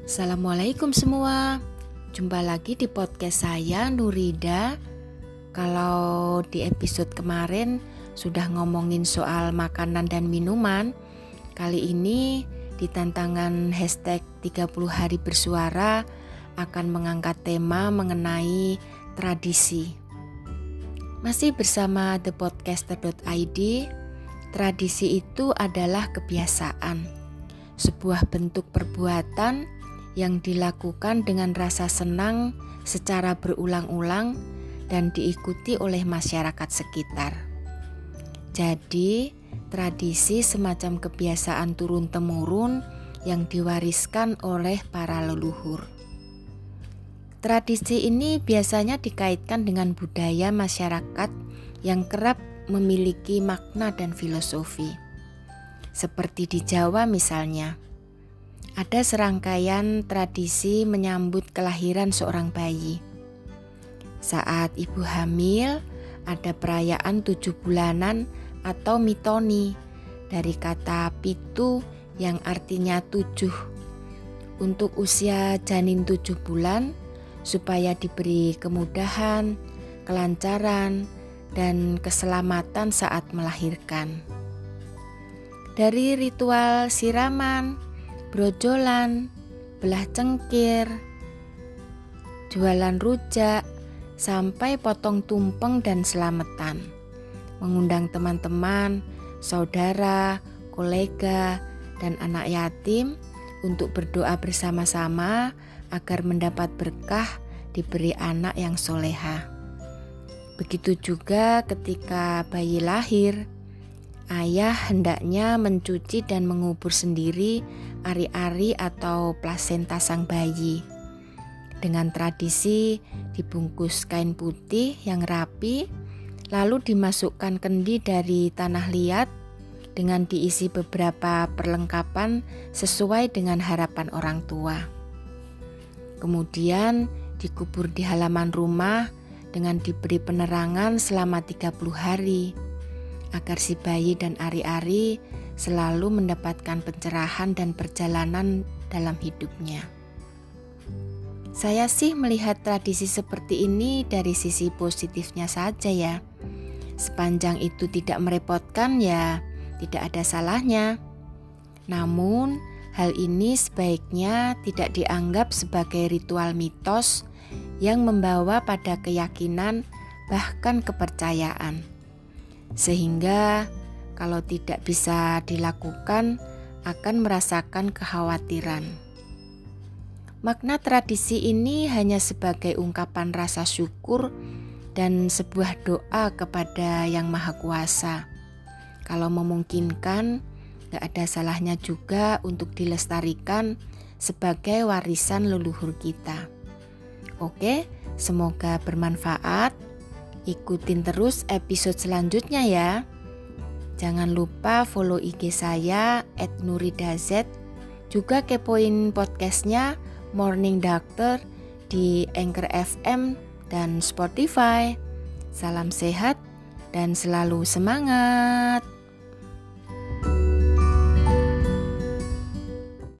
Assalamualaikum semua. Jumpa lagi di podcast saya, Nurida. Kalau di episode kemarin sudah ngomongin soal makanan dan minuman, kali ini di tantangan hashtag 30 hari bersuara akan mengangkat tema mengenai tradisi. Masih bersama thepodcaster.id, tradisi itu adalah kebiasaan, sebuah bentuk perbuatan yang dilakukan dengan rasa senang secara berulang-ulang dan diikuti oleh masyarakat sekitar. Jadi, tradisi semacam kebiasaan turun-temurun yang diwariskan oleh para leluhur. Tradisi ini biasanya dikaitkan dengan budaya masyarakat yang kerap memiliki makna dan filosofi. Seperti di Jawa misalnya, ada serangkaian tradisi menyambut kelahiran seorang bayi. Saat ibu hamil, ada perayaan 7 bulanan atau mitoni dari kata pitu yang artinya 7. Untuk usia janin 7 bulan, supaya diberi kemudahan, kelancaran, dan keselamatan saat melahirkan. Dari ritual siraman, brojolan, belah cengkir, jualan rujak, sampai potong tumpeng dan selamatan. Mengundang teman-teman, saudara, kolega, dan anak yatim untuk berdoa bersama-sama agar mendapat berkah diberi anak yang soleha. Begitu juga ketika bayi lahir, ayah hendaknya mencuci dan mengubur sendiri ari-ari atau plasenta sang bayi. Dengan tradisi dibungkus kain putih yang rapi, lalu dimasukkan kendi dari tanah liat dengan diisi beberapa perlengkapan sesuai dengan harapan orang tua. Kemudian dikubur di halaman rumah dengan diberi penerangan selama 30 hari. Agar si bayi dan ari-ari selalu mendapatkan pencerahan dan perjalanan dalam hidupnya. Saya sih melihat tradisi seperti ini dari sisi positifnya saja ya. Sepanjang itu tidak merepotkan ya tidak ada salahnya. Namun hal ini sebaiknya tidak dianggap sebagai ritual mitos yang membawa pada keyakinan bahkan kepercayaan. Sehingga kalau tidak bisa dilakukan akan merasakan kekhawatiran. Makna tradisi ini hanya sebagai ungkapan rasa syukur dan sebuah doa kepada Yang Maha Kuasa. Kalau memungkinkan, gak ada salahnya juga untuk dilestarikan sebagai warisan leluhur kita. Oke, semoga bermanfaat. Ikutin terus episode selanjutnya ya. Jangan lupa follow IG saya @nuridaz. Juga kepoin podcastnya Morning Doctor di Anchor FM dan Spotify. Salam sehat dan selalu semangat.